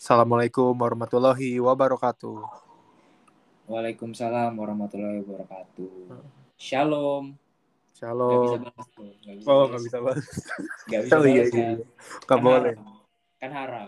Assalamualaikum warahmatullahi wabarakatuh. Waalaikumsalam warahmatullahi wabarakatuh. Shalom. Gak bisa Shalom. balas tuh. Gak bisa Oh, balas. nggak bisa balas. Gak bisa Oh iya, balas kan. iya. Nggak Kan boleh. haram. Kan haram.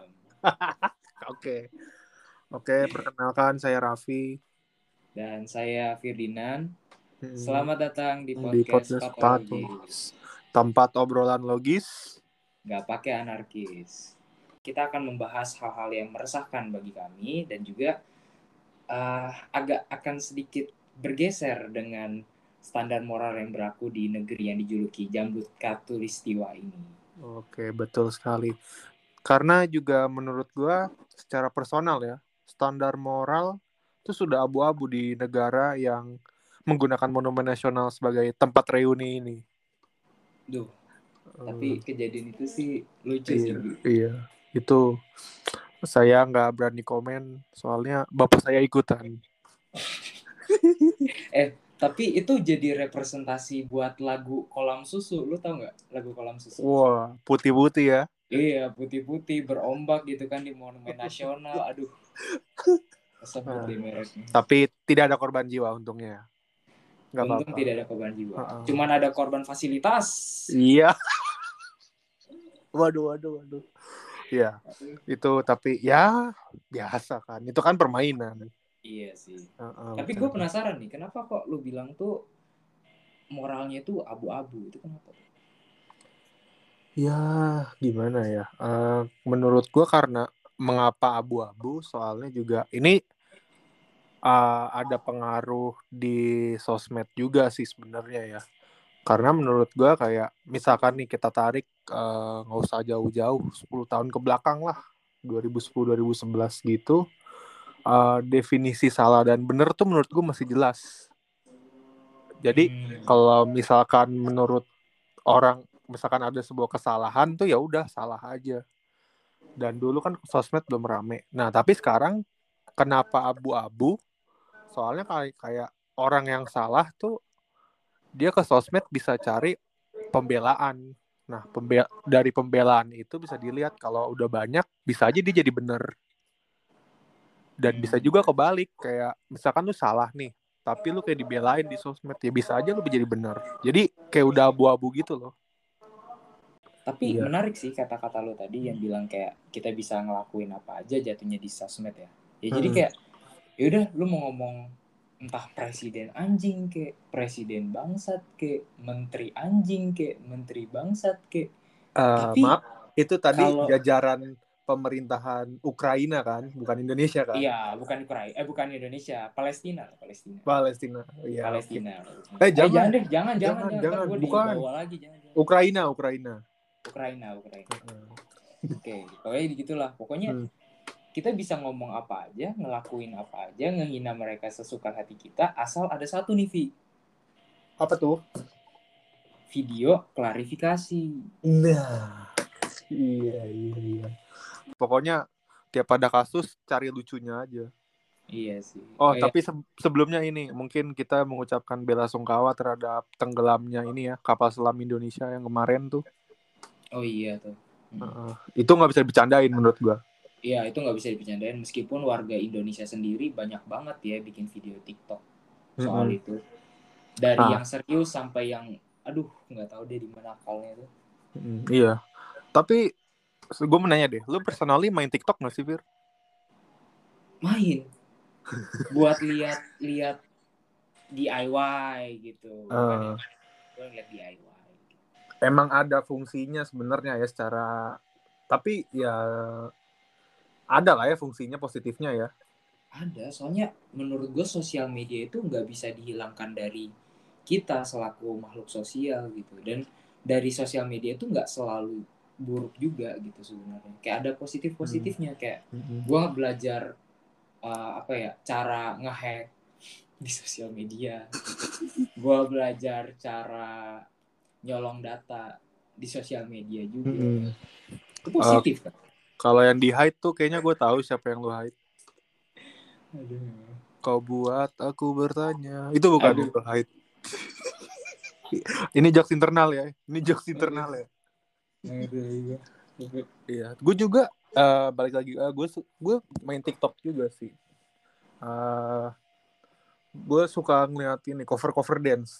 Oke, perkenalkan saya Raffi. Dan saya Firdinan. Hmm, Selamat datang di Di podcast podcast Patologi. tempat obrolan logis. Gak pakai anarkis. Kita akan membahas hal-hal yang meresahkan bagi kami dan juga agak akan sedikit bergeser dengan standar moral yang berlaku di negeri yang dijuluki Jambut Katulistiwa ini. Oke, betul sekali. Karena juga menurut gua secara personal ya, standar moral itu sudah abu-abu di negara yang menggunakan monumen nasional sebagai tempat reuni ini. Duh, tapi kejadian itu sih lucu Iya, sih. iya. Itu saya nggak berani komen, soalnya bapak saya ikutan. Tapi itu jadi representasi buat lagu Kolam Susu. Lu tau nggak lagu Kolam Susu? Wah, putih-putih ya. Iya, putih-putih berombak gitu kan di Monumen Nasional. Aduh, kesebut deh mereknya. Tapi tidak ada korban jiwa untungnya. Nggak Untung apa-apa. tidak ada korban jiwa. Cuman ada korban fasilitas. Iya. Waduh. Iya. Itu tapi ya biasa kan. Itu kan permainan. Iya sih. Tapi Betul. gue penasaran nih, kenapa kok lu bilang tuh moralnya tuh abu-abu? Itu kenapa? Ya, gimana ya? Menurut gue karena mengapa abu-abu, soalnya juga ini ada pengaruh di sosmed juga sih sebenarnya ya. Karena menurut gue kayak misalkan nih kita tarik nggak usah jauh-jauh 10 tahun ke belakang lah, 2010-2011 gitu, definisi salah dan benar tuh menurut gue masih jelas. Jadi kalau misalkan menurut orang misalkan ada sebuah kesalahan tuh ya udah salah aja. Dan dulu kan sosmed belum rame. Nah tapi sekarang kenapa abu-abu? Soalnya kayak orang yang salah tuh dia ke sosmed bisa cari pembelaan. Nah, dari pembelaan itu bisa dilihat kalau udah banyak, bisa aja dia jadi bener. Dan bisa juga kebalik, kayak misalkan lu salah nih, tapi lu kayak dibelain di sosmed, ya bisa aja lu jadi bener. Jadi kayak udah abu-abu gitu loh. Tapi menarik sih kata-kata lo tadi yang bilang kayak kita bisa ngelakuin apa aja jatuhnya di sosmed ya. Ya jadi kayak yaudah lu mau ngomong entah presiden anjing ke, presiden bangsat ke, menteri anjing ke, menteri bangsat ke. Tapi Maaf, itu tadi kalau jajaran pemerintahan Ukraina kan, bukan Indonesia kan? iya bukan Ukraina, bukan Indonesia, Palestina. Palestina, ya. Palestina. Okay. Jangan deh, jangan. Ntar gue bukan. dibawa lagi, jangan. Ukraina. Oke, pokoknya gitulah. Pokoknya kita bisa ngomong apa aja, ngelakuin apa aja, ngehina mereka sesuka hati kita, asal ada satu nih, Vi. Apa tuh? Video klarifikasi. Nah, iya. Pokoknya tiap ada kasus cari lucunya aja. Iya sih. Tapi sebelumnya ini mungkin kita mengucapkan bela sungkawa terhadap tenggelamnya ini ya kapal selam Indonesia yang kemarin tuh. Oh iya tuh. Itu nggak bisa dibercandain menurut gua. Iya, itu nggak bisa dibercandain meskipun warga Indonesia sendiri banyak banget ya bikin video TikTok soal itu. Dari yang serius sampai yang aduh nggak tahu deh di mana akalnya tuh. Iya. Tapi gue mau nanya deh, lu personally main TikTok nggak sih, Fir? Main. Buat lihat DIY gitu. Gue lihat DIY. Emang ada fungsinya sebenarnya ya secara, tapi ya ada lah ya fungsinya positifnya ya. Ada, soalnya menurut gue sosial media itu nggak bisa dihilangkan dari kita selaku makhluk sosial gitu. Dan dari sosial media itu nggak selalu buruk juga gitu sebenarnya. Kayak ada positifnya kayak gue belajar cara ngehack di sosial media. Gue belajar cara nyolong data di sosial media juga. Itu positif kan? Kalau yang di hide tuh kayaknya gue tahu siapa yang lu hide. Aduh. Kau buat aku bertanya. Itu bukan yang lu hide. Ini jokes internal ya. Iya. Gue juga balik lagi, gue main TikTok juga sih. Gue suka ngeliat ini cover dance.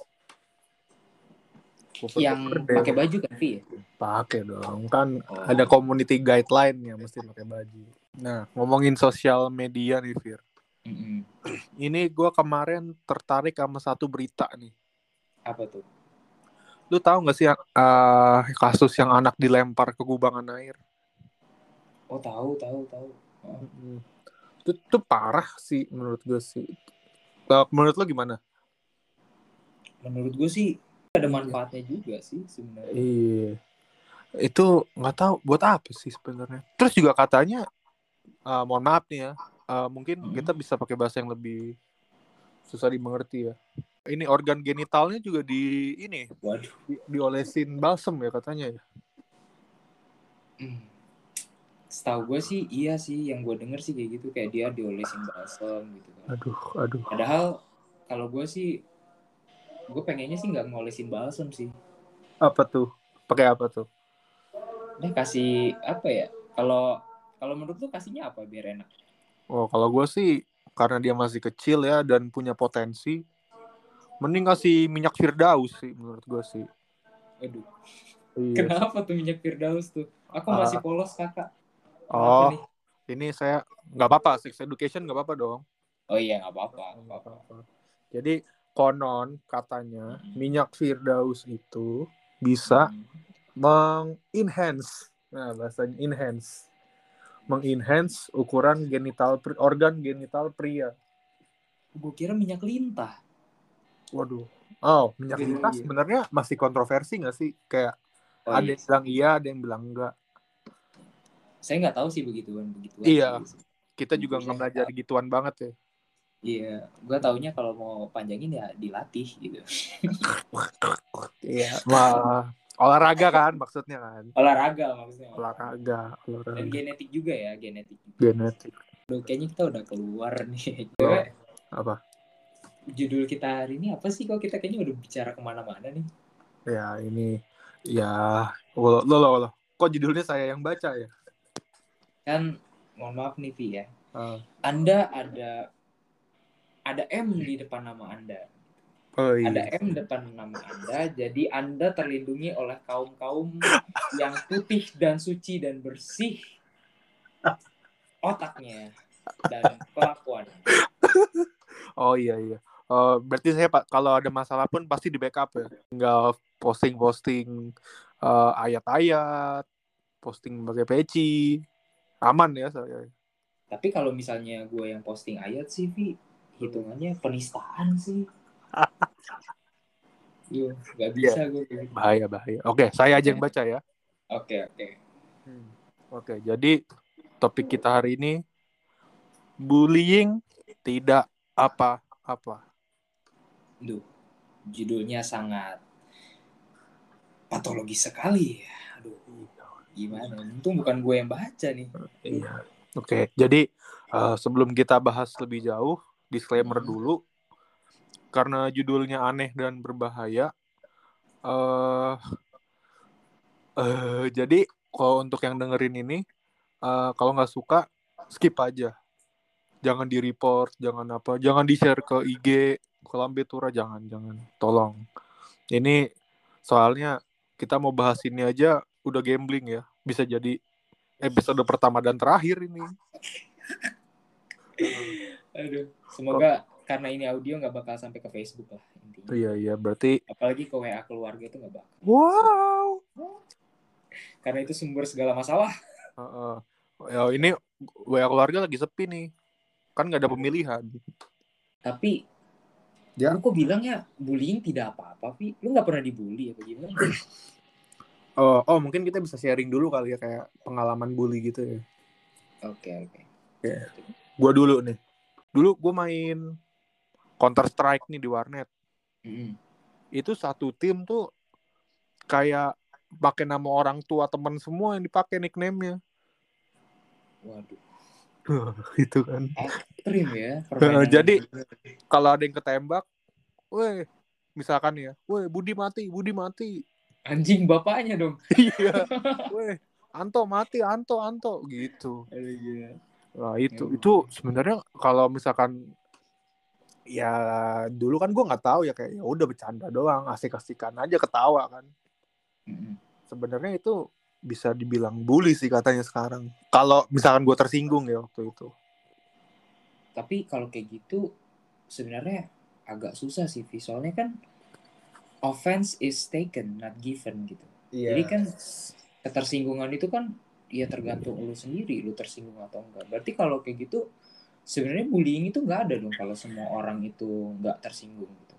Yang pakai baju kan, Vi? Pakai dong, kan ada community guideline ya, mesti pakai baju. Nah, ngomongin sosial media nih, Fir. Ini gue kemarin tertarik sama satu berita nih. Apa tuh? Lu tahu nggak sih kasus yang anak dilempar ke kubangan air? Oh, tahu. Itu parah sih menurut gue sih. Menurut lo gimana? Menurut gue sih ada manfaatnya juga sih sebenarnya. Iya. Itu nggak tahu buat apa sih sebenarnya. Terus juga katanya, mohon maaf nih ya, mungkin kita bisa pakai bahasa yang lebih susah dimengerti ya. Ini organ genitalnya juga diolesin balsem ya katanya ya. Setahu gue sih iya sih, yang gue denger sih kayak gitu, kayak dia diolesin balsem gitu kan. Aduh. Padahal kalau gue sih, gue pengennya sih nggak ngolesin balsem sih. Apa tuh? Pakai apa tuh? Dia kasih apa ya? Kalau menurut lu kasihnya apa biar enak? Oh, kalau gue sih karena dia masih kecil ya dan punya potensi, mending kasih minyak Firdaus sih menurut gue sih. Aduh. Iya. Kenapa tuh minyak Firdaus tuh? Aku masih polos, kakak. Kenapa Oh, nih? ini saya nggak apa-apa, sex education nggak apa-apa dong. Oh iya, nggak apa-apa. Jadi konon katanya minyak Firdaus itu bisa mengenhance, bahasanya mengenhance ukuran organ genital pria. Gue kira minyak lintah. Waduh. Minyak lintah Iya. sebenarnya masih kontroversi nggak sih? Kayak ada yang bilang iya, ada yang bilang enggak. Saya nggak tahu sih begituan. Iya. Kita juga nggak belajar gituan banget ya. Iya, gue taunya kalau mau panjangin ya dilatih gitu. Iya, olahraga kan maksudnya kan. Olahraga maksudnya. Olahraga. Dan genetik juga ya, genetik. Duh, kayaknya kita udah keluar nih. Apa? Judul kita hari ini apa sih? Kok kita kayaknya udah bicara kemana-mana nih? Ya ini, ya lo. Kok judulnya saya yang baca ya? Kan, mohon maaf nih Vi ya. Anda ada M di depan nama Anda. Ada M depan nama Anda, jadi Anda terlindungi oleh kaum-kaum yang putih dan suci dan bersih otaknya dan kelakuan. Oh iya. Berarti saya kalau ada masalah pun pasti di backup ya. Tinggal posting ayat-ayat, posting pakai peci, aman ya saya. Tapi kalau misalnya gue yang posting ayat sih, Vi, hitungannya penistaan sih. Iya, nggak bisa gue. Bahaya. Oke, saya aja yang baca ya. Oke, jadi topik kita hari ini, bullying tidak apa-apa. Duh, judulnya sangat patologis sekali. Aduh, gimana? Untung bukan gue yang baca nih. Iya. Oke, jadi sebelum kita bahas lebih jauh, disclaimer dulu. Karena judulnya aneh dan berbahaya. Jadi kalau untuk yang dengerin ini, kalau nggak suka, skip aja. Jangan di-report, jangan di-share ke IG, ke Lambe Tura, jangan. Tolong. Ini soalnya kita mau bahas ini aja udah gambling ya. Bisa jadi episode pertama dan terakhir ini. Aduh, semoga karena ini audio nggak bakal sampai ke Facebook lah intinya. Iya, berarti. Apalagi ke WA keluarga itu nggak bakal. Wow. Karena itu sumber segala masalah. Ya ini WA keluarga lagi sepi nih. Kan nggak ada pemilihan. Tapi lu kok bilang ya bullying tidak apa-apa, Vi? Lu nggak pernah dibully apa gimana? Mungkin kita bisa sharing dulu kali ya, kayak pengalaman bully gitu ya. Oke. Gue dulu nih. Dulu gue main Counter Strike nih di warnet. Itu satu tim tuh kayak pakai nama orang tua teman semua yang dipakai nickname-nya. Waduh. Itu kan. Ekstrim ya. Jadi kalau ada yang ketembak, misalkan ya, Budi mati. Anjing bapaknya dong. Iya. Anto mati, Anto gitu. Iya. Nah itu sebenarnya kalau misalkan ya dulu kan gue nggak tahu ya, kayak ya udah bercanda doang, asik-asikan aja, ketawa kan. Sebenarnya itu bisa dibilang bully sih katanya sekarang. Kalau misalkan gue tersinggung ya waktu itu. Tapi kalau kayak gitu sebenarnya agak susah sih, soalnya kan offense is taken not given gitu. Jadi kan ketersinggungan itu kan ya tergantung lu sendiri, lu tersinggung atau enggak. Berarti kalau kayak gitu sebenarnya bullying itu nggak ada dong kalau semua orang itu nggak tersinggung gitu.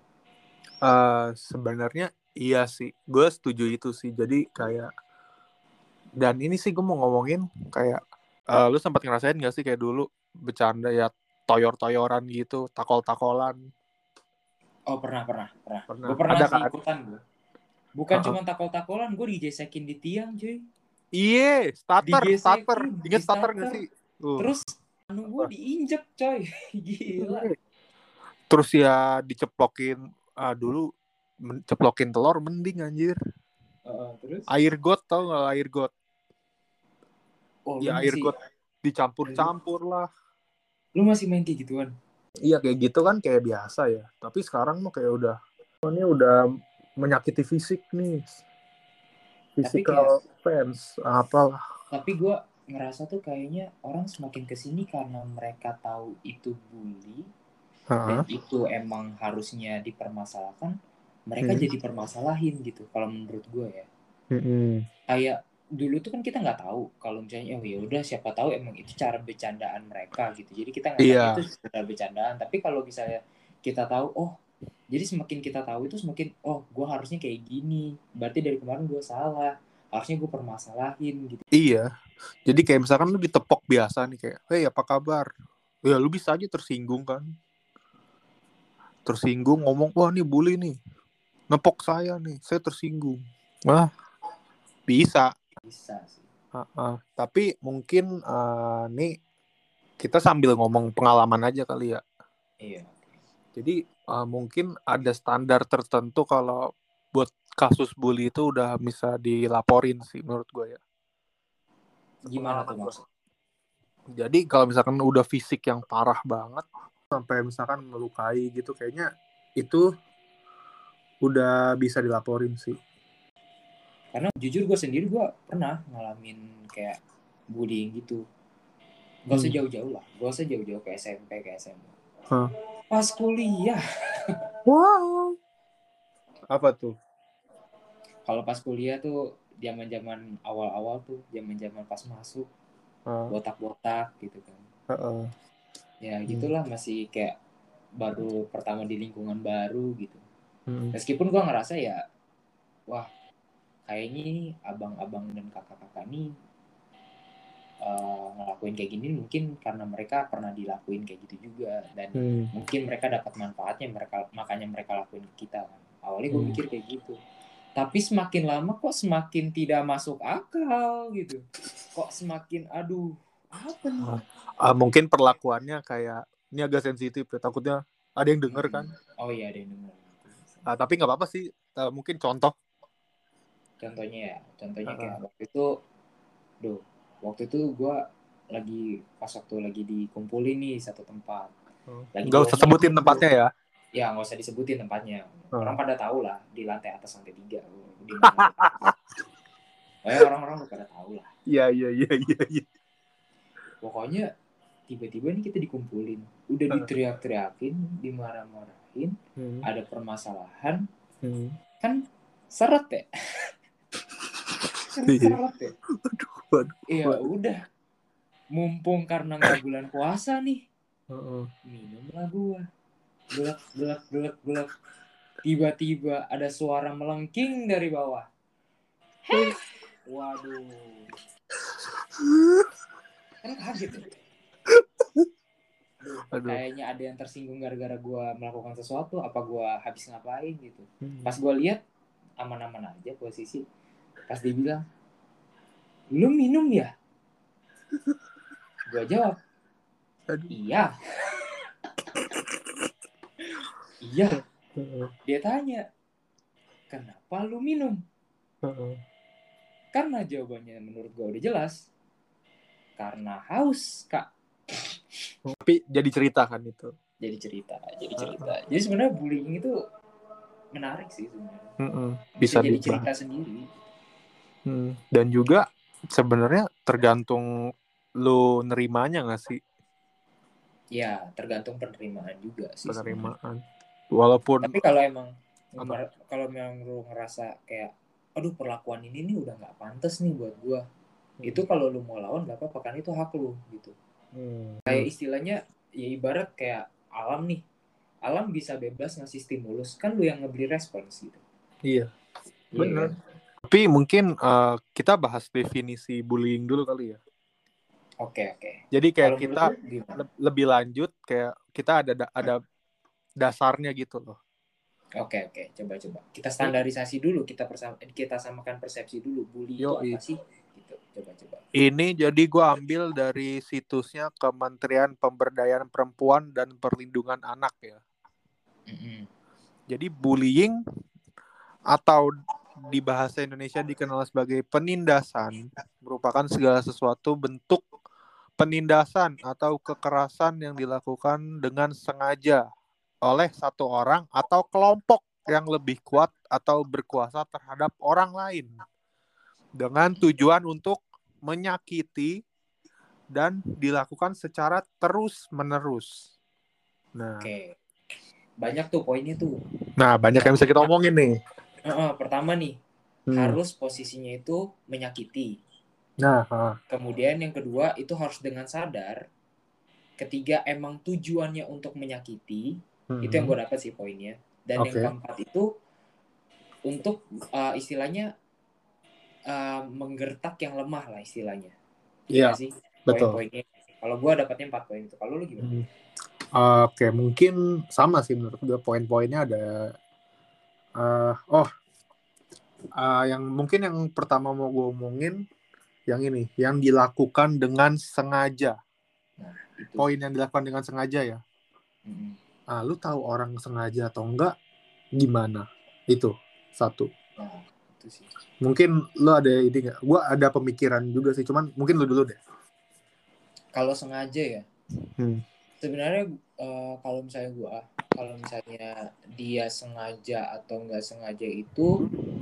Sebenarnya iya sih, gue setuju itu sih. Jadi kayak, dan ini sih gue mau ngomongin kayak, lu sempat ngerasain gak sih kayak dulu bercanda ya, toyor-toyoran gitu, takol-takolan? Oh pernah. Pernah. Gue pernah Ada sih kan? ikutan gue. Bukan cuma takol-takolan, gue digesekin di tiang cuy. Iya, starter. Digesekin di Ingat starter gak starter. sih? Terus anu gue diinjek coy. Gila. Terus ya diceplokin, dulu ceplokin telur mending anjir. Terus? Air got, tau gak air got? Oh lu Ya air masih got dicampur-campur lah. lu masih main kayak gituan? Iya kayak gitu kan kayak biasa ya. Tapi sekarang mah kayak ini udah menyakiti fisik nih. Tapi kayak Physical offense apalah. tapi gue ngerasa tuh kayaknya orang semakin kesini karena mereka tahu itu bully dan itu emang harusnya dipermasalahkan, mereka jadi permasalahin gitu kalau menurut gue ya. Kayak dulu tuh kan kita nggak tahu kalau misalnya oh ya udah siapa tahu emang itu cara bercandaan mereka gitu, jadi kita nganggapnya Iya. itu sekedar bercandaan. Tapi kalau misalnya kita tahu, oh jadi semakin kita tahu itu semakin oh gue harusnya kayak gini, berarti dari kemarin gue salah, harusnya gue permasalahin gitu. Iya. Jadi kayak misalkan lu ditepok biasa nih kayak, "Hey, apa kabar?" Ya lu bisa aja tersinggung kan. Tersinggung ngomong, "Wah, nih bully nih. Nepok saya nih, saya tersinggung." Wah, bisa. Bisa sih. Tapi mungkin nih kita sambil ngomong pengalaman aja kali ya. Iya. Jadi mungkin ada standar tertentu kalau buat kasus bully itu udah bisa dilaporin sih menurut gue ya. Gimana tuh maksud? Jadi kalau misalkan udah fisik yang parah banget sampai misalkan melukai gitu, kayaknya itu udah bisa dilaporin sih. Karena jujur gue sendiri gue pernah ngalamin kayak bullying gitu. Gak usah jauh-jauh lah, gak usah jauh-jauh ke SMP ke SMA. Pas kuliah. Wow. Apa tuh? Kalau pas kuliah tuh zaman-zaman awal-awal tuh, zaman-zaman pas masuk, botak-botak gitu kan. Ya gitulah, masih kayak baru pertama di lingkungan baru gitu. Meskipun gue ngerasa ya, wah kayaknya nih abang-abang dan kakak-kakak nih ngelakuin kayak gini mungkin karena mereka pernah dilakuin kayak gitu juga, dan mungkin mereka dapat manfaatnya, makanya mereka lakuin ke kita kan. Awalnya gue mikir kayak gitu, tapi semakin lama kok semakin tidak masuk akal gitu, kok semakin aduh apa nih. Mungkin perlakuannya kayak ini agak sensitif ya, takutnya ada yang denger kan. Oh iya ada yang denger. Tapi nggak apa-apa sih, mungkin Contohnya kayak waktu itu gue pas waktu lagi dikumpulin nih satu tempat, lagi nggak usah sebutin tempatnya ya. Ya nggak usah disebutin tempatnya, orang pada tahu lah, di lantai atas lantai 3 di mana. Orang-orang udah pada tahu lah. Iya. Pokoknya tiba-tiba nih kita dikumpulin, udah diteriak-teriakin, dimarah-marahin, ada permasalahan, kan seret ya. Seret ya. Iya udah, mumpung karena nggak bulan puasa nih, minumlah gua, gelak. Tiba-tiba ada suara melengking dari bawah. Heh, waduh, kan kaget ya. Kayaknya ada yang tersinggung gara-gara gue melakukan sesuatu, apa gue habis ngapain gitu. Pas gue lihat aman-aman aja posisi, pas dia bilang lu minum ya, gue jawab iya. Iya. Dia tanya kenapa lu minum, Karena jawabannya menurut gue udah jelas. Karena haus, Kak. Tapi jadi cerita kan itu. Jadi cerita. Jadi sebenarnya bullying itu menarik sih sebenarnya. Bisa Bisa jadi cerita dibahas. sendiri. Dan juga sebenarnya tergantung lu nerimanya nggak sih? Ya, tergantung penerimaan juga sih sebenarnya. Penerimaan. Walaupun Tapi kalau emang apa? lu ngerasa kayak aduh perlakuan ini nih udah nggak pantas nih buat gua, itu kalau lu mau lawan nggak apa-apa kan, itu hak lu gitu. Kayak istilahnya ya ibarat kayak alam bisa bebas ngasih stimulus, kan lu yang ngeberi respons gitu. Iya, Iya bener. kan? Tapi mungkin kita bahas definisi bullying dulu kali ya. Oke. Jadi kayak Kalau menurut kita lu gimana? lebih lanjut, kayak kita ada dasarnya gitu loh. Oke, coba kita Ini standarisasi dulu, kita samakan persepsi dulu, bully itu apa yoi. sih gitu. Coba. Ini jadi gue ambil dari situsnya Kementerian Pemberdayaan Perempuan dan Perlindungan Anak ya. Mm-mm. Jadi bullying atau di bahasa Indonesia dikenal sebagai penindasan merupakan segala sesuatu bentuk penindasan atau kekerasan yang dilakukan dengan sengaja oleh satu orang atau kelompok yang lebih kuat atau berkuasa terhadap orang lain dengan tujuan untuk menyakiti dan dilakukan secara terus-menerus. Oke. Banyak tuh poinnya tuh. Nah, banyak yang bisa kita omongin nih. Pertama nih, Hmm. harus posisinya itu menyakiti. Nah, Kemudian yang kedua itu harus dengan sadar. Ketiga emang tujuannya untuk menyakiti. Itu yang gue dapat sih poinnya. Dan yang oke. keempat itu untuk istilahnya menggertak yang lemah lah istilahnya. Iya Iya, gak sih? betul. Poin-poinnya. Kalau gue dapatnya 4 poin itu. Kalau lu gimana? Oke, mungkin sama sih menurut gue poin-poinnya ada. Uh, oh, yang mungkin yang pertama mau gue omongin yang ini, yang dilakukan dengan sengaja. Nah, itu. Poin yang dilakukan dengan sengaja ya. Lu tahu orang sengaja atau enggak? Gimana? Itu satu. Nah, itu sih. Mungkin lu ada ide nggak? Gue ada pemikiran juga sih, cuman mungkin lu dulu deh. Kalau sengaja ya, sebenarnya kalau misalnya dia sengaja atau nggak sengaja itu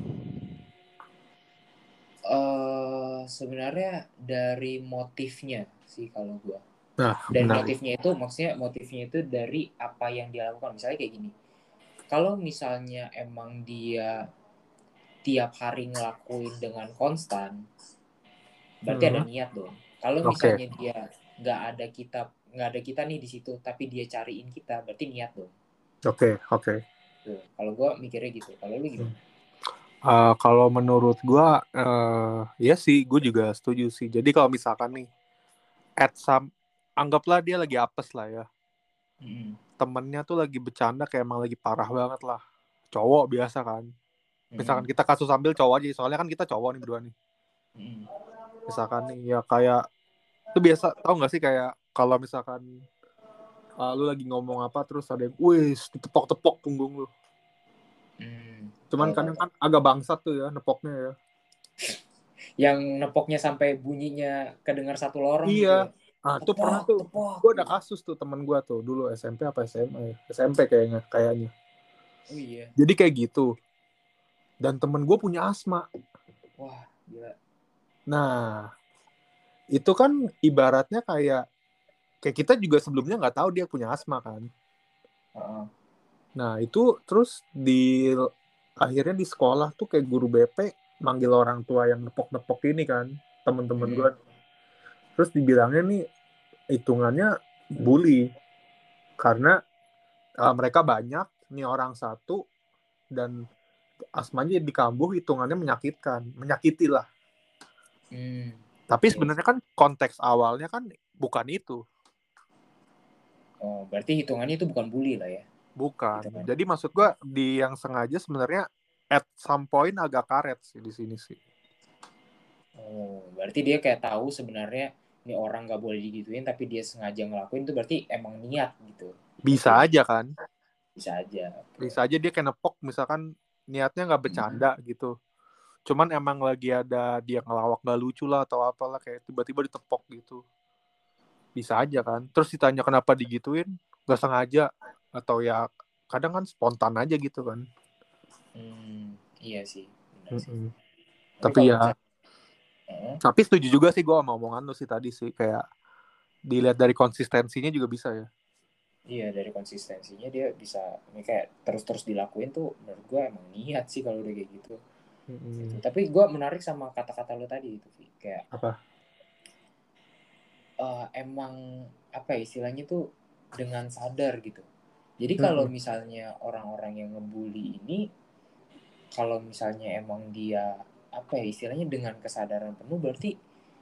sebenarnya dari motifnya sih kalau gue. Nah, Dan menarik. motifnya itu dari apa yang dia lakukan. Misalnya kayak gini, kalau misalnya emang dia tiap hari ngelakuin dengan konstan, berarti ada niat dong. Kalau Oke. misalnya dia nggak ada kita nih di situ, tapi dia cariin kita, berarti niat dong. Oke. Tuh, kalau gue mikirnya gitu. Kalau lu gimana? Kalau menurut gue, ya sih, gue juga setuju sih. Jadi kalau misalkan nih, anggaplah dia lagi apes lah ya. Temennya tuh lagi bercanda kayak emang lagi parah banget lah. Cowok biasa kan. Misalkan kita kasus ambil cowok aja, soalnya kan kita cowok nih berdua nih. Misalkan nih, ya kayak, itu biasa, tau gak sih kayak, kalau misalkan lu lagi ngomong apa, terus ada yang, wih, ditepok-tepok punggung lu. Cuman kadang kan agak bangsat tuh ya, nepoknya ya. Yang nepoknya sampai bunyinya kedengar satu lorong gitu Iya. ya. Nah, tuh pernah tuh. Gue ada kasus tuh temen gue tuh dulu SMP apa SMA ya. SMP kayaknya. Oh iya. Jadi kayak gitu. Dan temen gue punya asma. Wah, gila. Nah, itu kan ibaratnya kayak kita juga sebelumnya nggak tahu dia punya asma kan. Nah, itu terus akhirnya di sekolah tuh kayak guru BP manggil orang tua yang nepok-nepok ini kan, temen-temen gue. Terus dibilangnya nih hitungannya bully. Karena mereka banyak, nih orang satu, dan asmanya dikambuh, hitungannya menyakiti lah. Tapi sebenarnya kan konteks awalnya kan bukan itu. Oh, berarti hitungannya itu bukan bully lah ya? Bukan. Jadi maksud gue di yang sengaja sebenarnya at some point agak karet sih di sini sih. Oh, berarti dia kayak tahu sebenarnya ini orang nggak boleh digituin, tapi dia sengaja ngelakuin itu berarti emang niat gitu. Bisa aja kan? Bisa aja. Bisa aja dia kayak nepok misalkan niatnya nggak bercanda gitu. cuman emang lagi ada dia ngelawak gak lucu lah atau apalah, kayak tiba-tiba ditepok gitu. Bisa aja kan. Terus ditanya kenapa digituin, gak sengaja. Atau ya kadang kan spontan aja gitu kan. Iya sih, benar sih. Mm-mm. Tapi Tapi kalau ya, misalnya tapi setuju juga sih gue sama omongan lu sih tadi sih. Kayak dilihat dari konsistensinya juga bisa ya. iya, dari konsistensinya dia bisa kayak terus-terus dilakuin tuh, menurut gue emang niat sih kalau udah kayak gitu. Gitu. Mm-mm. Tapi gue menarik sama kata-kata lo tadi itu, Vi. Kayak Apa? emang apa ya istilahnya tuh dengan sadar gitu. Jadi kalau Mm-mm. misalnya orang-orang yang ngebully ini, kalau misalnya emang dia apa ya istilahnya dengan kesadaran penuh, berarti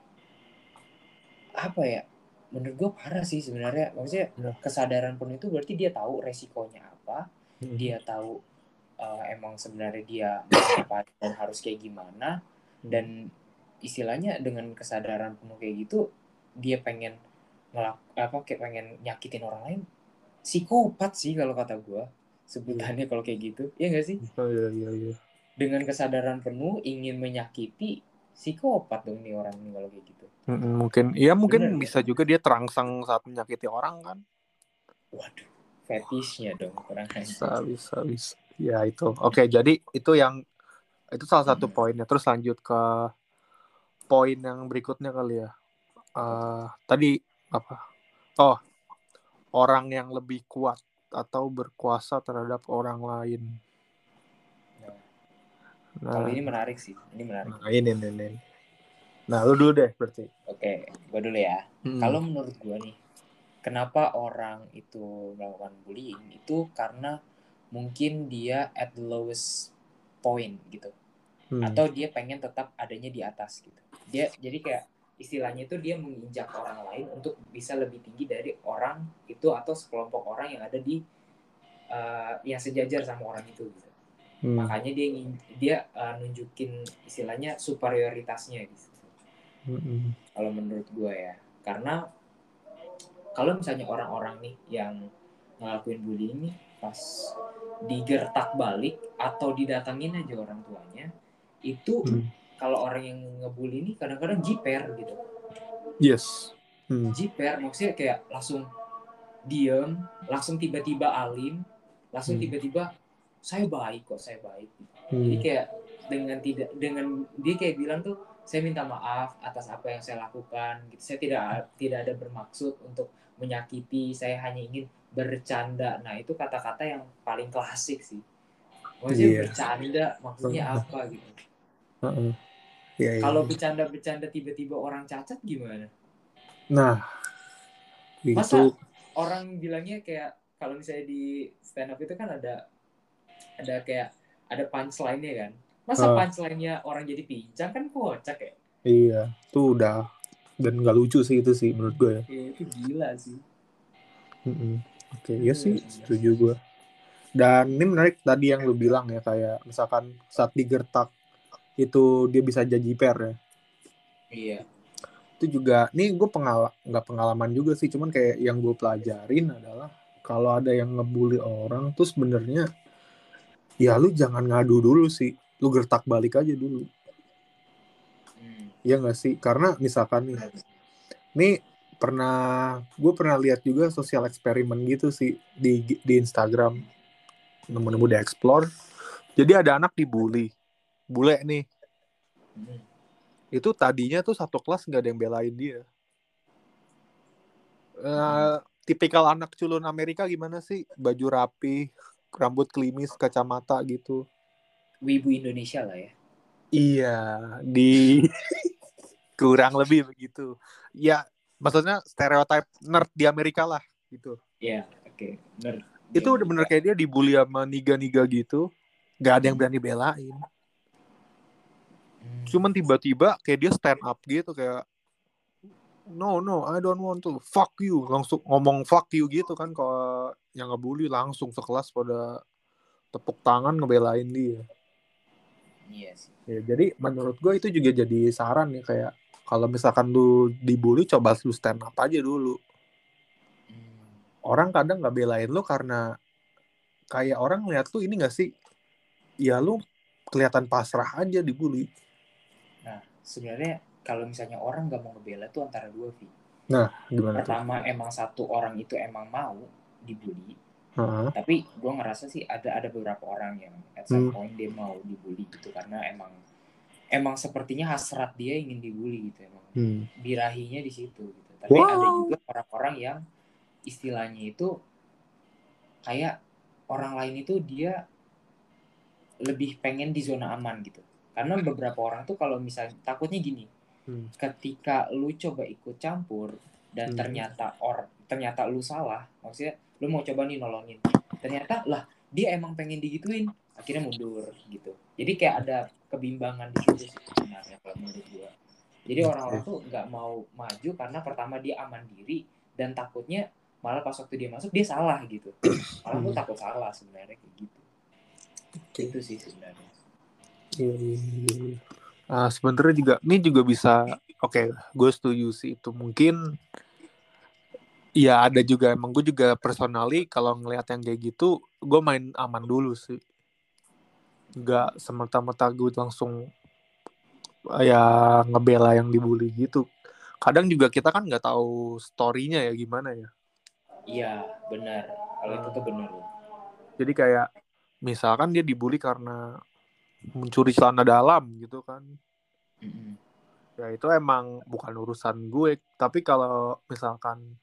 apa ya? Menurut gue parah sih sebenarnya. Maksudnya Ya. kesadaran penuh itu berarti dia tahu resikonya apa, Mm-mm. dia tahu emang sebenarnya dia mau ngapain dan harus kayak gimana, dan istilahnya dengan kesadaran penuh kayak gitu dia pengen kayak pengen nyakitin orang lain. Psikopat sih kalau kata gue Iya. sebutannya kalau kayak gitu, ya nggak sih? Oh, iya, iya, iya. Dengan kesadaran penuh ingin menyakiti, psikopat dong nih orang ini kalau kayak gitu. Mungkin, iya mungkin Bener nggak? bisa juga dia terangsang saat menyakiti orang kan. Waduh, fetishnya dong kurang Bisa, ajar. bisa, bisa. Ya itu. Oke, jadi itu salah satu poinnya. Terus lanjut ke poin yang berikutnya kali ya. Apa tuh? Tadi apa? Oh, orang yang lebih kuat atau berkuasa terhadap orang lain. Nah, kalau Nah, ini menarik sih, ini menarik. ini. Nah, lu dulu deh berarti. Oke, gue dulu ya. Hmm. Kalau menurut gue nih, kenapa orang itu melakukan bullying itu karena mungkin dia at the lowest point gitu, Hmm. atau dia pengen tetap adanya di atas gitu. Dia jadi kayak istilahnya itu dia menginjak orang lain untuk bisa lebih tinggi dari orang itu atau sekelompok orang yang ada di yang sejajar sama orang itu gitu. Makanya dia nunjukin istilahnya superioritasnya gitu. Kalau menurut gue ya, karena kalau misalnya orang-orang nih yang ngelakuin bullying nih pas digertak balik atau didatangin aja orang tuanya, itu kalau orang yang ngebully ini kadang-kadang jiper gitu. Yes. Jiper maksudnya kayak langsung diem, langsung tiba-tiba alim, langsung tiba-tiba saya baik kok, saya baik. Jadi kayak dengan dia kayak bilang tuh, saya minta maaf atas apa yang saya lakukan gitu. Saya tidak ada bermaksud untuk menyakiti, saya hanya ingin bercanda. Nah, itu kata-kata yang paling klasik sih. Maksudnya Iya. bercanda maksudnya apa gitu. Iya, iya. Kalau bercanda-bercanda tiba-tiba orang cacat gimana? Nah, Masa itu orang bilangnya kayak kalau misalnya di stand up itu kan ada kayak ada punchline-nya kan. Masa punchline-nya orang jadi pincang kan kocak ya? iya, itu udah dan nggak lucu sih itu sih menurut gue ya. Itu gila sih. Oke, iya sih, setuju gue. Dan ini menarik tadi yang lu bilang ya, kayak misalkan saat digertak itu dia bisa jadi per ya. Iya. Itu juga, nih gue nggak pengalaman juga sih, cuman kayak yang gue pelajarin adalah kalau ada yang ngebully orang tuh sebenarnya ya lu jangan ngadu dulu sih, lu gertak balik aja dulu. Iya nggak sih? Karena misalkan nih gue pernah lihat juga sosial eksperimen gitu sih di Instagram, nemu-nemu di explore. Jadi ada anak dibully, bule nih. Itu tadinya tuh satu kelas nggak ada yang belain dia. Tipikal anak culun Amerika gimana sih? Baju rapi, rambut klimis, kacamata gitu. Wibu Indonesia lah ya. Iya, di kurang lebih begitu. Ya, maksudnya stereotip nerd di Amerika lah gitu. Iya, oke. Bener di Itu udah bener Amerika. kayak dia dibully sama niga-niga gitu. Gak ada yang berani belain. Cuman tiba-tiba kayak dia stand up gitu, kayak no, I don't want to, fuck you, langsung ngomong fuck you gitu kan. Kalau yang ngebully langsung sekelas pada tepuk tangan ngebelain dia. Iya sih. Ya, jadi menurut gue itu juga jadi saran ya, kayak kalau misalkan lu dibully, coba lu stand up aja dulu. Orang kadang nggak belain lu karena kayak orang lihat tuh ini nggak sih, ya lu kelihatan pasrah aja dibully. Nah, sebenarnya kalau misalnya orang nggak mau ngebela tuh antara dua, Vi. Nah, gimana tuh? Pertama, emang satu orang itu emang mau dibully, Heeh. tapi gue ngerasa sih ada beberapa orang yang at some point dia mau dibully gitu karena emang sepertinya hasrat dia ingin dibully gitu, emang birahinya di situ gitu. Tapi ada juga orang-orang yang istilahnya itu kayak orang lain itu dia lebih pengen di zona aman gitu. Karena beberapa orang tuh kalau misalnya takutnya gini, ketika lu coba ikut campur dan ternyata lu salah, maksudnya lu mau coba nih nolongin, ternyata lah dia emang pengen digituin, akhirnya mundur gitu. Jadi kayak ada kebimbangan di situ sih sebenarnya kalau menurut gua. Jadi orang-orang tuh nggak mau maju karena pertama dia aman diri dan takutnya malah pas waktu dia masuk dia salah gitu. Malah tuh takut salah sebenarnya kayak gitu. Itu sih sebenarnya. Iya. Sebenarnya juga ini juga bisa, oke, gue setuju sih itu. Mungkin ya ada juga, emang gue juga personally kalau ngelihat yang kayak gitu gue main aman dulu sih, nggak semerta-merta gue langsung ya ngebela yang dibully gitu. Kadang juga kita kan nggak tahu story-nya ya gimana ya. Iya benar, kalau itu tuh benar. Jadi kayak misalkan dia dibully karena mencuri celana dalam gitu kan, ya itu emang bukan urusan gue. Tapi kalau misalkan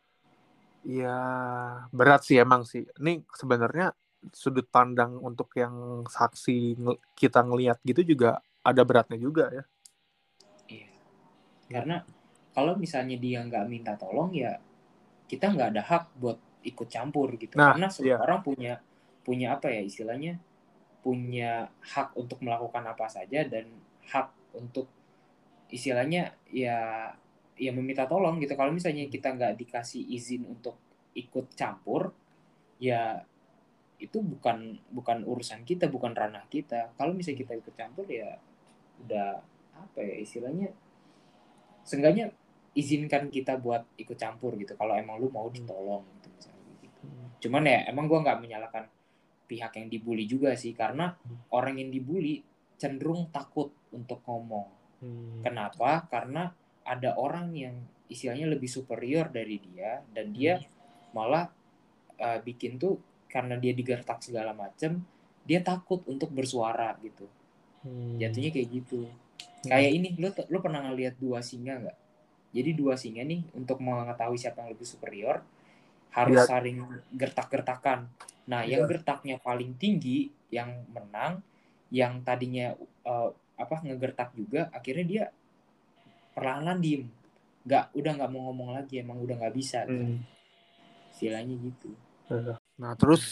ya berat sih emang sih. Ini sebenarnya sudut pandang untuk yang saksi kita ngelihat gitu juga ada beratnya juga ya. Iya. Karena kalau misalnya dia nggak minta tolong ya kita nggak ada hak buat ikut campur gitu. Nah, Karena semua iya. orang punya apa ya istilahnya, punya hak untuk melakukan apa saja dan hak untuk istilahnya ya meminta tolong gitu. Kalau misalnya kita nggak dikasih izin untuk ikut campur, ya itu bukan urusan kita, bukan ranah kita. Kalau misalnya kita ikut campur ya udah apa ya istilahnya, seenggaknya izinkan kita buat ikut campur gitu kalau emang lu mau ditolong gitu misalnya gitu. Cuman ya emang gue nggak menyalahkan pihak yang dibully juga sih, karena orang yang dibully cenderung takut untuk ngomong. Kenapa? Karena ada orang yang istilahnya lebih superior dari dia dan dia malah bikin tuh karena dia digertak segala macem, dia takut untuk bersuara gitu. Jatuhnya kayak gitu. Kayak ini, lu pernah ngeliat dua singa nggak? Jadi dua singa nih untuk mengetahui siapa yang lebih superior harus Ya, saling gertak-gertakan. Nah, yang gertaknya paling tinggi yang menang, yang tadinya ngegertak juga, akhirnya dia perlahan-lahan diem. Udah nggak mau ngomong lagi, emang udah nggak bisa gitu. Istilahnya gitu. nah terus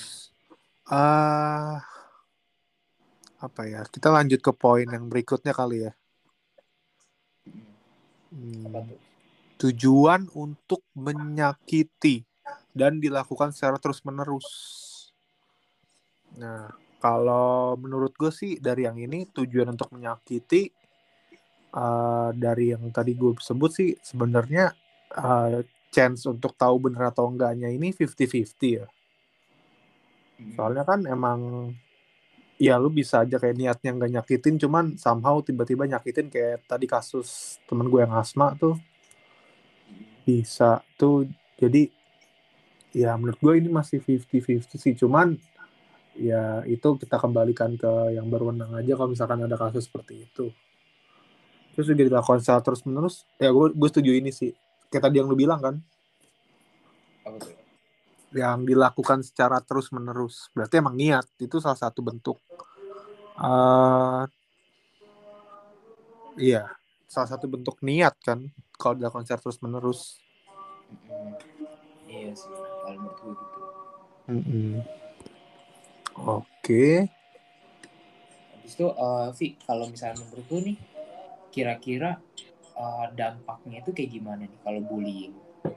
apa ya? Kita lanjut ke poin yang berikutnya kali ya. Apa tuh? Tujuan untuk menyakiti dan dilakukan secara terus-menerus. Nah, kalau menurut gue sih dari yang ini tujuan untuk menyakiti, dari yang tadi gue sebut sih sebenarnya chance untuk tahu benar atau enggaknya ini 50-50 ya. Soalnya kan emang ya lu bisa aja kayak niatnya nggak nyakitin, cuman somehow tiba-tiba nyakitin, kayak tadi kasus temen gue yang asma tuh bisa tuh. Jadi ya menurut gue ini masih 50-50 sih, cuman ya itu kita kembalikan ke yang berwenang aja kalau misalkan ada kasus seperti itu. Terus juga dilakukan secara terus menerus, ya gue setuju ini sih kayak tadi yang lu bilang kan, Apa tuh? yang dilakukan secara terus menerus berarti emang niat, itu salah satu bentuk iya, salah satu bentuk niat kan kalau dilakukan secara terus menerus. Iya sih, kalau menurut gue gitu. Oke. Habis itu, Vi, kalau misalnya menurut lu nih, kira-kira dampaknya itu kayak gimana nih kalau bullying?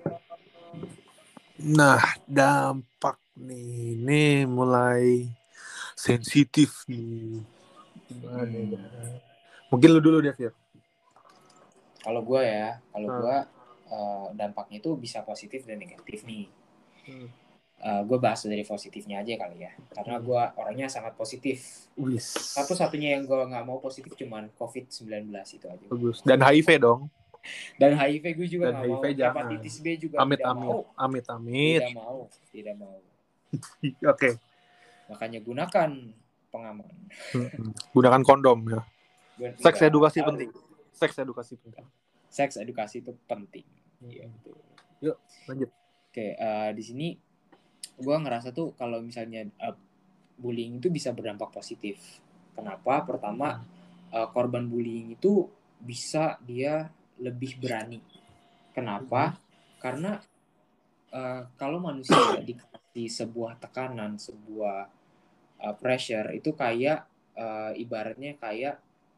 Nah, dampak nih, ini mulai sensitif nih. Gimana ya? Mungkin lu dulu deh, Fir. Kalau gue dampaknya itu bisa positif dan negatif nih. gue bahas dari positifnya aja kali ya, karena gue orangnya sangat positif. Wis. Satu-satunya yang gue nggak mau positif cuman COVID-19 itu aja. Bagus. Dan HIV dong. Dan HIV gue juga Dan nggak HIV mau, jangan. hepatitis B juga Amit tidak amit. mau, Amit amit. tidak mau. Oke. Makanya gunakan pengaman. Gunakan kondom ya. Seks Enggak edukasi harus. penting. Seks edukasi penting. Seks edukasi itu penting. Iya betul. Yuk lanjut. Oke, di sini gue ngerasa tuh kalau misalnya bullying itu bisa berdampak positif. Kenapa? Pertama, korban bullying itu bisa dia lebih berani. Kenapa? Karena kalau manusia dikasih sebuah tekanan, sebuah pressure, itu kayak ibaratnya kayak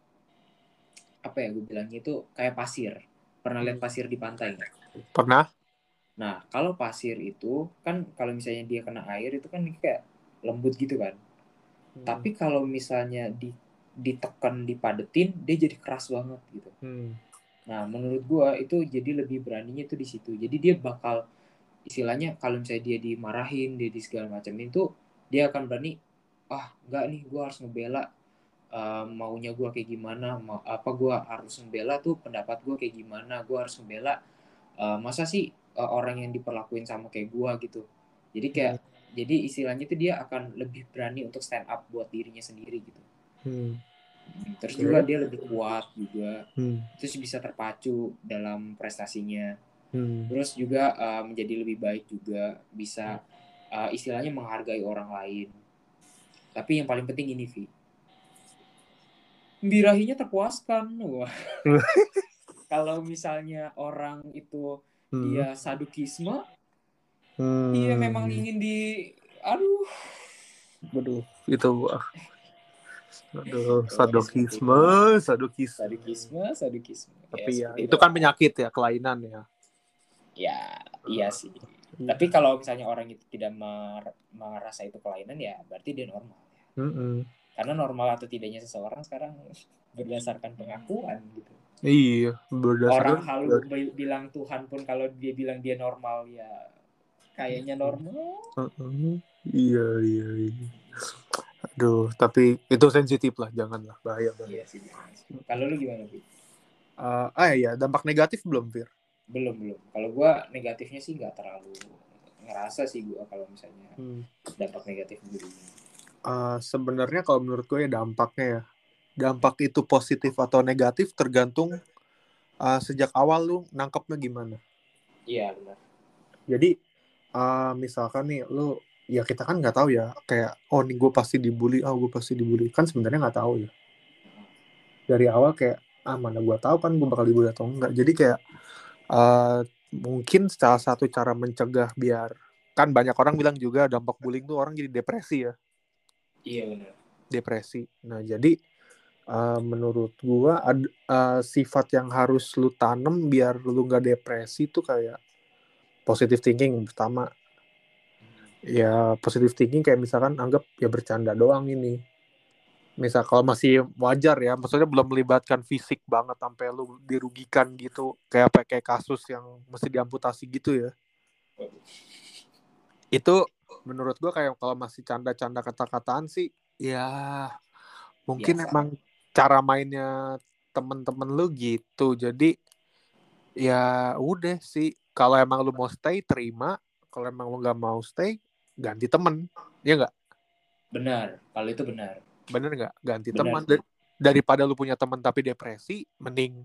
apa ya gue bilangnya itu kayak pasir. Pernah lihat pasir di pantai nggak? Pernah? Nah, kalau pasir itu kan kalau misalnya dia kena air itu kan kayak lembut gitu kan. Tapi kalau misalnya ditekan, dipadetin, dia jadi keras banget gitu. Nah, menurut gua itu jadi lebih beraninya itu di situ. Jadi dia bakal istilahnya kalau misalnya dia dimarahin, dia di segala macam itu, dia akan berani, enggak nih, gua harus ngebela maunya gua kayak gimana, gua harus ngebela tuh pendapat gua kayak gimana, gua harus ngebela masa sih orang yang diperlakuin sama kayak gua gitu. Jadi kayak jadi istilahnya itu dia akan lebih berani untuk stand up buat dirinya sendiri gitu. Terus juga dia lebih kuat juga. Terus bisa terpacu dalam prestasinya. Terus juga menjadi lebih baik juga, bisa istilahnya menghargai orang lain. Tapi yang paling penting ini, Vi, birahinya terpuaskan. Wah. Kalau misalnya orang itu dia sadukisme, dia memang ingin aduh, itu sadokisme. Tapi ya itu kan penyakit ya, kelainan ya. Ya, iya sih. Tapi kalau misalnya orang itu tidak merasa itu kelainan, ya berarti dia normal. Karena normal atau tidaknya seseorang sekarang berdasarkan pengakuan gitu. Iya, berdasarkan orang halu bilang Tuhan pun kalau dia bilang dia normal, ya kayaknya normal. Iya. Aduh, tapi itu sensitif lah, janganlah, bahaya. Iya sih. Kalau lu gimana, Fir? Ya, dampak negatif belum, Fir? Belum. Kalau gua negatifnya sih nggak terlalu ngerasa sih gua kalau misalnya dampak negatif bullying. Sebenarnya kalau menurut gue ya dampaknya ya. Dampak itu positif atau negatif tergantung sejak awal lu nangkepnya gimana. Iya, benar. Jadi misalkan nih lu, ya kita kan nggak tahu ya, kayak nih gue pasti dibully, kan sebenarnya nggak tahu ya. Dari awal kayak mana gue tahu kan gue bakal dibully atau enggak. Jadi kayak mungkin salah satu cara mencegah biar, kan banyak orang bilang juga dampak bullying tuh orang jadi depresi ya. Iya, benar. Depresi. Nah, jadi menurut gua sifat yang harus lu tanam biar lu nggak depresi tuh kayak positive thinking pertama. Ya positive thinking kayak misalkan anggap ya bercanda doang ini. Misal kalau masih wajar ya, maksudnya belum melibatkan fisik banget sampai lu dirugikan gitu, kayak kasus yang mesti diamputasi gitu ya. Itu menurut gua kayak kalau masih canda-canda kata-kataan sih, ya mungkin biasa. Emang cara mainnya temen-temen lu gitu. Jadi ya udah sih, kalau emang lu mau stay terima, kalau emang lu nggak mau stay ganti temen, ya nggak? Benar, kalau itu benar. Bener nggak? Ganti teman. Daripada lu punya teman tapi depresi, mending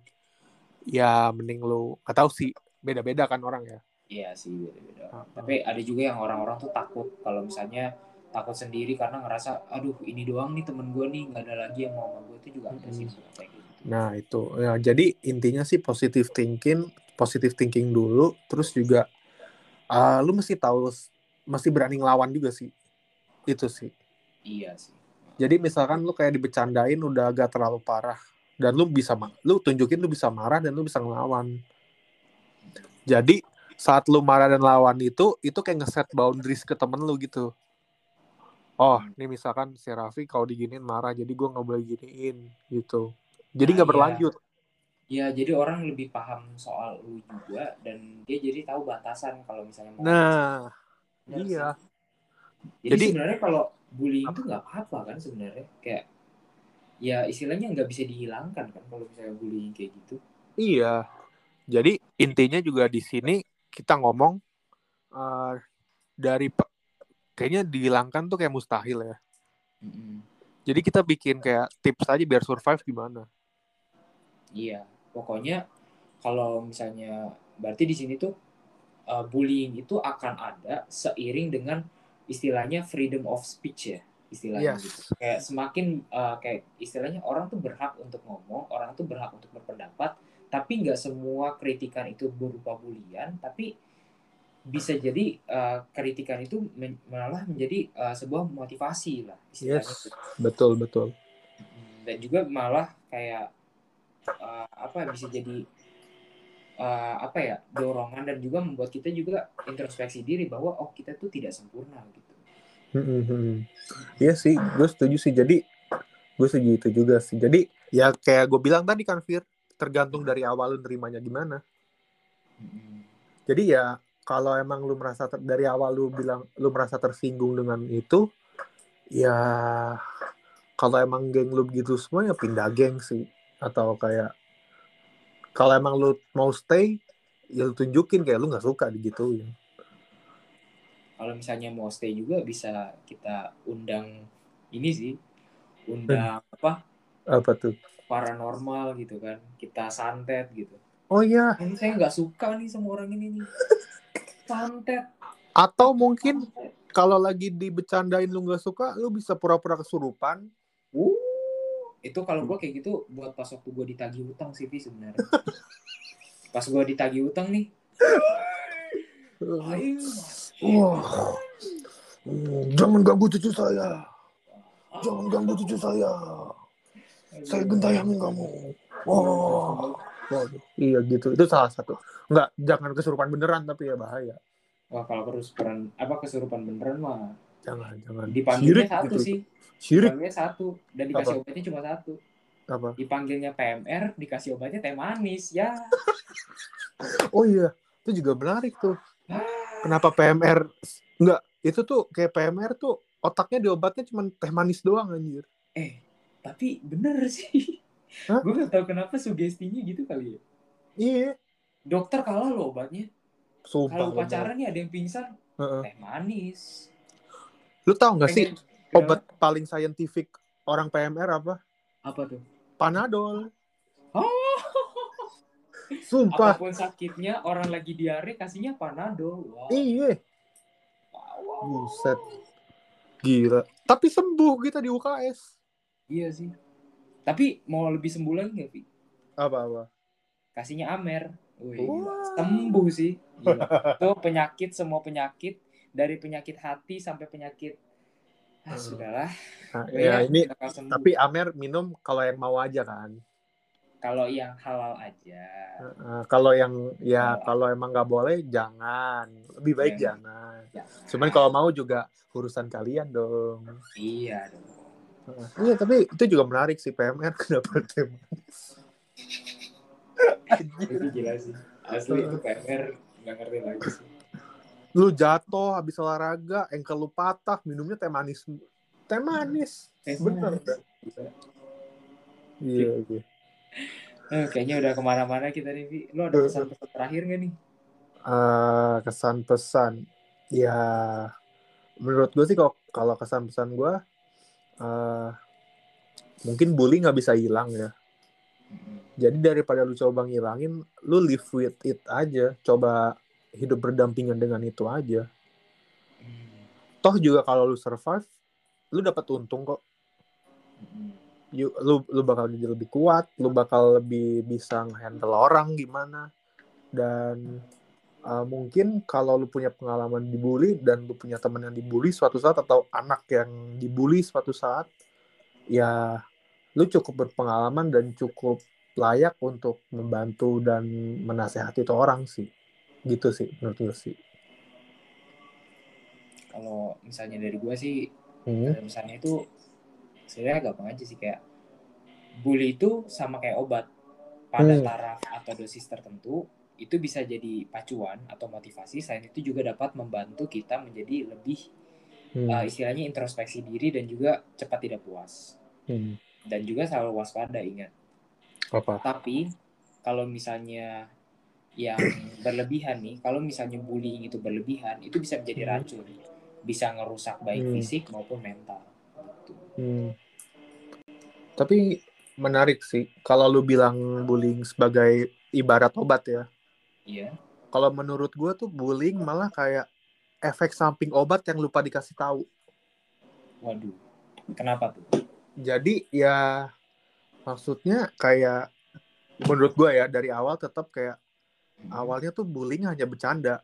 lu nggak tahu sih, beda-beda kan orang ya. Iya sih, beda-beda. Tapi ada juga yang orang-orang tuh takut kalau misalnya takut sendiri karena ngerasa aduh ini doang nih temen gue nih, nggak ada lagi yang mau sama gue, itu juga ada sih kayak gitu. Nah itu ya, jadi intinya sih positive thinking dulu, terus juga lu mesti berani ngelawan juga sih, itu sih. Iya sih. Jadi misalkan lu kayak dibecandain udah agak terlalu parah, dan lu tunjukin lu bisa marah dan lu bisa ngelawan. Jadi saat lu marah dan lawan itu kayak ngeset boundaries ke temen lu gitu. Ini misalkan si Raffi kalau diginiin marah, jadi gue nggak boleh giniin gitu. Jadi nggak berlanjut. Iya, jadi orang lebih paham soal lu juga, dan dia jadi tahu batasan kalau misalnya mau. Nah, iya. Jadi Jadi sebenarnya kalau bullying tuh nggak apa-apa kan sebenarnya, kayak ya istilahnya nggak bisa dihilangkan kan kalau misalnya bullying kayak gitu. iya. Jadi intinya juga di sini kita ngomong uh, dari kayaknya dihilangkan tuh kayak mustahil ya. Mm-mm. Jadi kita bikin kayak tips aja biar survive gimana. Iya, pokoknya kalau misalnya berarti di sini tuh bullying itu akan ada seiring dengan istilahnya freedom of speech ya, istilahnya gitu. Yes. Kayak semakin kayak istilahnya orang tuh berhak untuk ngomong, orang tuh berhak untuk berpendapat, tapi nggak semua kritikan itu berupa bulian, tapi bisa jadi kritikan itu malah menjadi sebuah motivasi lah istilahnya Yes. gitu. Betul, betul. Dan juga malah kayak apa bisa jadi apa ya dorongan dan juga membuat kita juga introspeksi diri bahwa oh kita tuh tidak sempurna gitu. Iya sih, gue setuju sih. Jadi gue setuju itu juga sih. Jadi ya kayak gue bilang tadi kan Fir, tergantung dari awal lu nerimanya gimana. Jadi ya kalau emang lu merasa dari awal lu bilang lu merasa tersinggung dengan itu, ya kalau emang geng lu begitu semua ya pindah geng sih. Atau kayak kalau emang lu mau stay, ya lu tunjukin kayak lu nggak suka digituin. Kalau misalnya mau stay juga bisa kita undang ini sih, undang apa Apa tuh? paranormal gitu kan, kita santet gitu. Oh iya. Ini saya nggak suka nih sama orang ini nih, santet. Atau mungkin kalau lagi dibecandain lu nggak suka, lu bisa pura-pura kesurupan. Uh, itu kalau gue kayak gitu buat pas waktu gue ditagih utang sih sebenarnya. Pas gue ditagih utang nih, ayo mas, Wah, jangan ganggu cucu saya. Jangan ganggu cucu saya. Saya gentayangi kamu. Wah. Waduh. Iya gitu. Itu salah satu. Enggak, jangan kesurupan beneran tapi ya bahaya. Wah kalau kesurupan apa kesurupan beneran mah Jangan. dipanggilnya Syirik satu gitu. sih, Syirik dipanggilnya satu dan apa? dikasih obatnya cuma satu. Apa? Dipanggilnya PMR, dikasih obatnya teh manis ya. Oh iya, itu juga menarik tuh. Ah, Kenapa PMR? Enggak, itu tuh kayak PMR tuh otaknya diobatnya cuma teh manis doang anjir. tapi bener sih. Hah? Gue gak tahu kenapa sugestinya gitu kali ya. Iya, Dokter kalah loh obatnya. sumpah Kalau lo mau. pacaran nih ada yang pingsan, Heeh. teh manis. Lu tahu nggak sih Pengen obat kenapa? paling saintifik orang PMR apa? Apa tuh? Panadol. Oh, Sumpah. apapun sakitnya orang lagi diare kasihnya panadol. Wow. Iya. Wow, wow, Buset. wow. Gila. Tapi sembuh kita di UKS. Iya sih. Tapi mau lebih sembuh lagi nggak, Vi? Apa-apa? Kasihnya Amer. Wih, gila. Wah. Sembuh sih. Gila. Itu penyakit, semua penyakit. Dari penyakit hati sampai penyakit. Sudahlah. Nah, ya Kayaknya ini bakal sembuh. tapi Amer minum kalau yang mau aja kan. Kalau yang halal aja. Kalau yang ya Halal kalau aja. emang nggak boleh jangan. Lebih baik Ya, jangan. Cuman jangan. kalau mau juga urusan kalian dong. Iya dong. Iya tapi itu juga menarik sih PMR kenapa tema. Itu gila sih. Asli itu PMR nggak ngerti lagi sih. Lu jatuh habis olahraga, engkel lu patah, minumnya teh manis. Teh manis. Bener. Iya, iya. Kayaknya udah kemana-mana kita nih, Vi. Lo ada pesan-pesan terakhir nggak nih? Kesan pesan. Ya, menurut gue sih kalau kesan pesan gue, mungkin bully nggak bisa hilang ya. Jadi daripada lu coba ngilangin, lu live with it aja. Coba hidup berdampingan dengan itu aja. Toh juga kalau lu survive, lu dapat untung kok. Lu bakal jadi lebih kuat, lu bakal lebih bisa handle orang gimana. Dan mungkin kalau lu punya pengalaman dibully dan lu punya teman yang dibully suatu saat atau anak yang dibully suatu saat, ya lu cukup berpengalaman dan cukup layak untuk membantu dan menasehati itu orang sih. Gitu sih menurut gue sih. Kalau misalnya dari gue sih, Hmm. misalnya itu sebenarnya gampang aja sih, kayak bully itu sama kayak obat. Pada taraf atau dosis tertentu itu bisa jadi pacuan atau motivasi. Selain itu juga dapat membantu kita menjadi lebih istilahnya introspeksi diri dan juga cepat tidak puas. Dan juga selalu waspada, ingat. Apa? Tapi kalau misalnya yang berlebihan nih, kalau misalnya bullying itu berlebihan, itu bisa menjadi racun, bisa ngerusak baik fisik maupun mental. Gitu. Tapi menarik sih kalau lu bilang bullying sebagai ibarat obat ya. Iya. Kalau menurut gue tuh bullying malah kayak efek samping obat yang lupa dikasih tahu. Waduh, kenapa tuh? Jadi ya maksudnya kayak menurut gue ya dari awal tetap kayak awalnya tuh bullying hanya bercanda.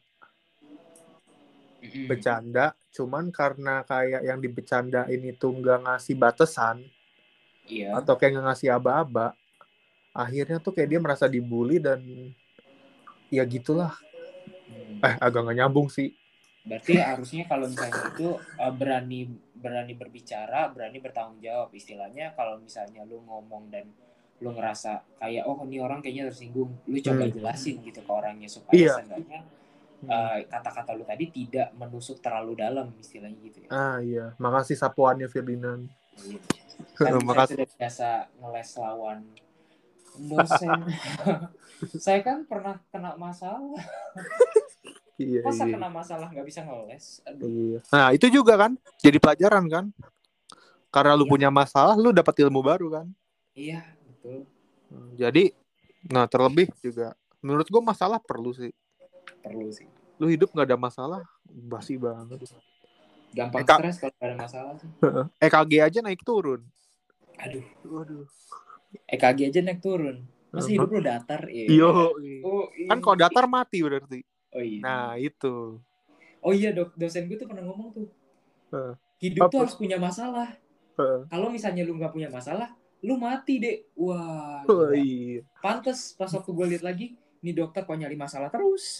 Bercanda, cuman karena kayak yang dibecandain itu nggak ngasih batasan, Iya. atau kayak nggak ngasih aba-aba, akhirnya tuh kayak dia merasa dibully dan ya gitulah. Agak nggak nyambung sih. Berarti harusnya kalau misalnya itu berani berbicara, berani bertanggung jawab. Istilahnya kalau misalnya lu ngomong dan lu ngerasa kayak oh ini orang kayaknya tersinggung, lu coba jelasin gitu ke orangnya supaya seenggaknya kata-kata lu tadi tidak menusuk terlalu dalam, istilahnya gitu ya. Iya, makasih sapuannya Ferdinand. Kan saya sudah biasa ngeles lawan dosen. Saya kan pernah kena masalah. Masa kena masalah nggak bisa ngeles? Aduh. Iya. Nah itu juga kan jadi pelajaran kan, karena lu punya masalah lu dapat ilmu baru kan. Iya betul. Jadi nah terlebih juga menurut gue masalah perlu sih. Lu hidup nggak ada masalah basi banget. Gampang stres kalau ada masalah sih. EKG aja naik turun. Aduh. EKG aja naik turun. Masa hidup lu datar? Yo. Kan kalau datar mati berarti. Oh iya. Nah itu. Oh iya dosen gue tuh pernah ngomong tuh. Hidup tuh harus punya masalah. Kalau misalnya lu nggak punya masalah, lu mati deh. Wah. Iya. Pantes pas waktu gue lihat lagi, nih dokter kok nyari masalah terus.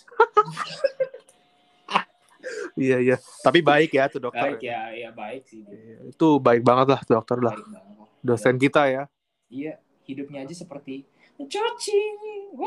Iya. Tapi baik ya tuh dokter. Baik ya, baik sih. Itu baik banget lah dokter lah. Dosen kita ya. Iya, hidupnya aja seperti cacing.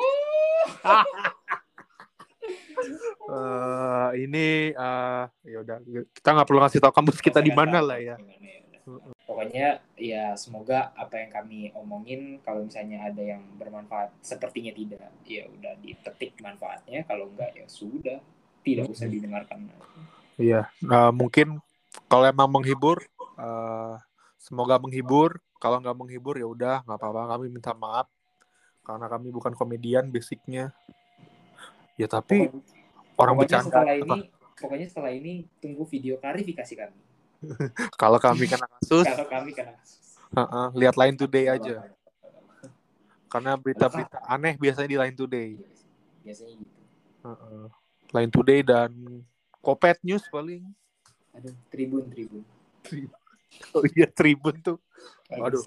Ini ya udah kita nggak perlu ngasih tahu kampus kita di mana lah ya. Pokoknya ya semoga apa yang kami omongin kalau misalnya ada yang bermanfaat, sepertinya tidak, ya udah dipetik manfaatnya, kalau enggak ya sudah tidak usah didengarkan. Iya, mungkin kalau emang menghibur, semoga menghibur. Kalau nggak menghibur ya udah nggak apa-apa, kami minta maaf karena kami bukan komedian basicnya. Ya tapi orang bercanda. Pokoknya setelah ini tunggu video klarifikasi kami. Kalau kami kena kasus. Lihat Line Today aja. Karena berita-berita aneh biasanya di Line Today. Biasanya gitu. Line Today dan Kopet News paling. Aduh, Tribun. Oh iya, Tribun tuh. Waduh.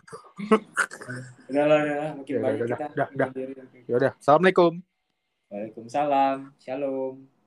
Udah, makin banyak kita. Yaudah. Assalamualaikum. Waalaikumsalam. Shalom.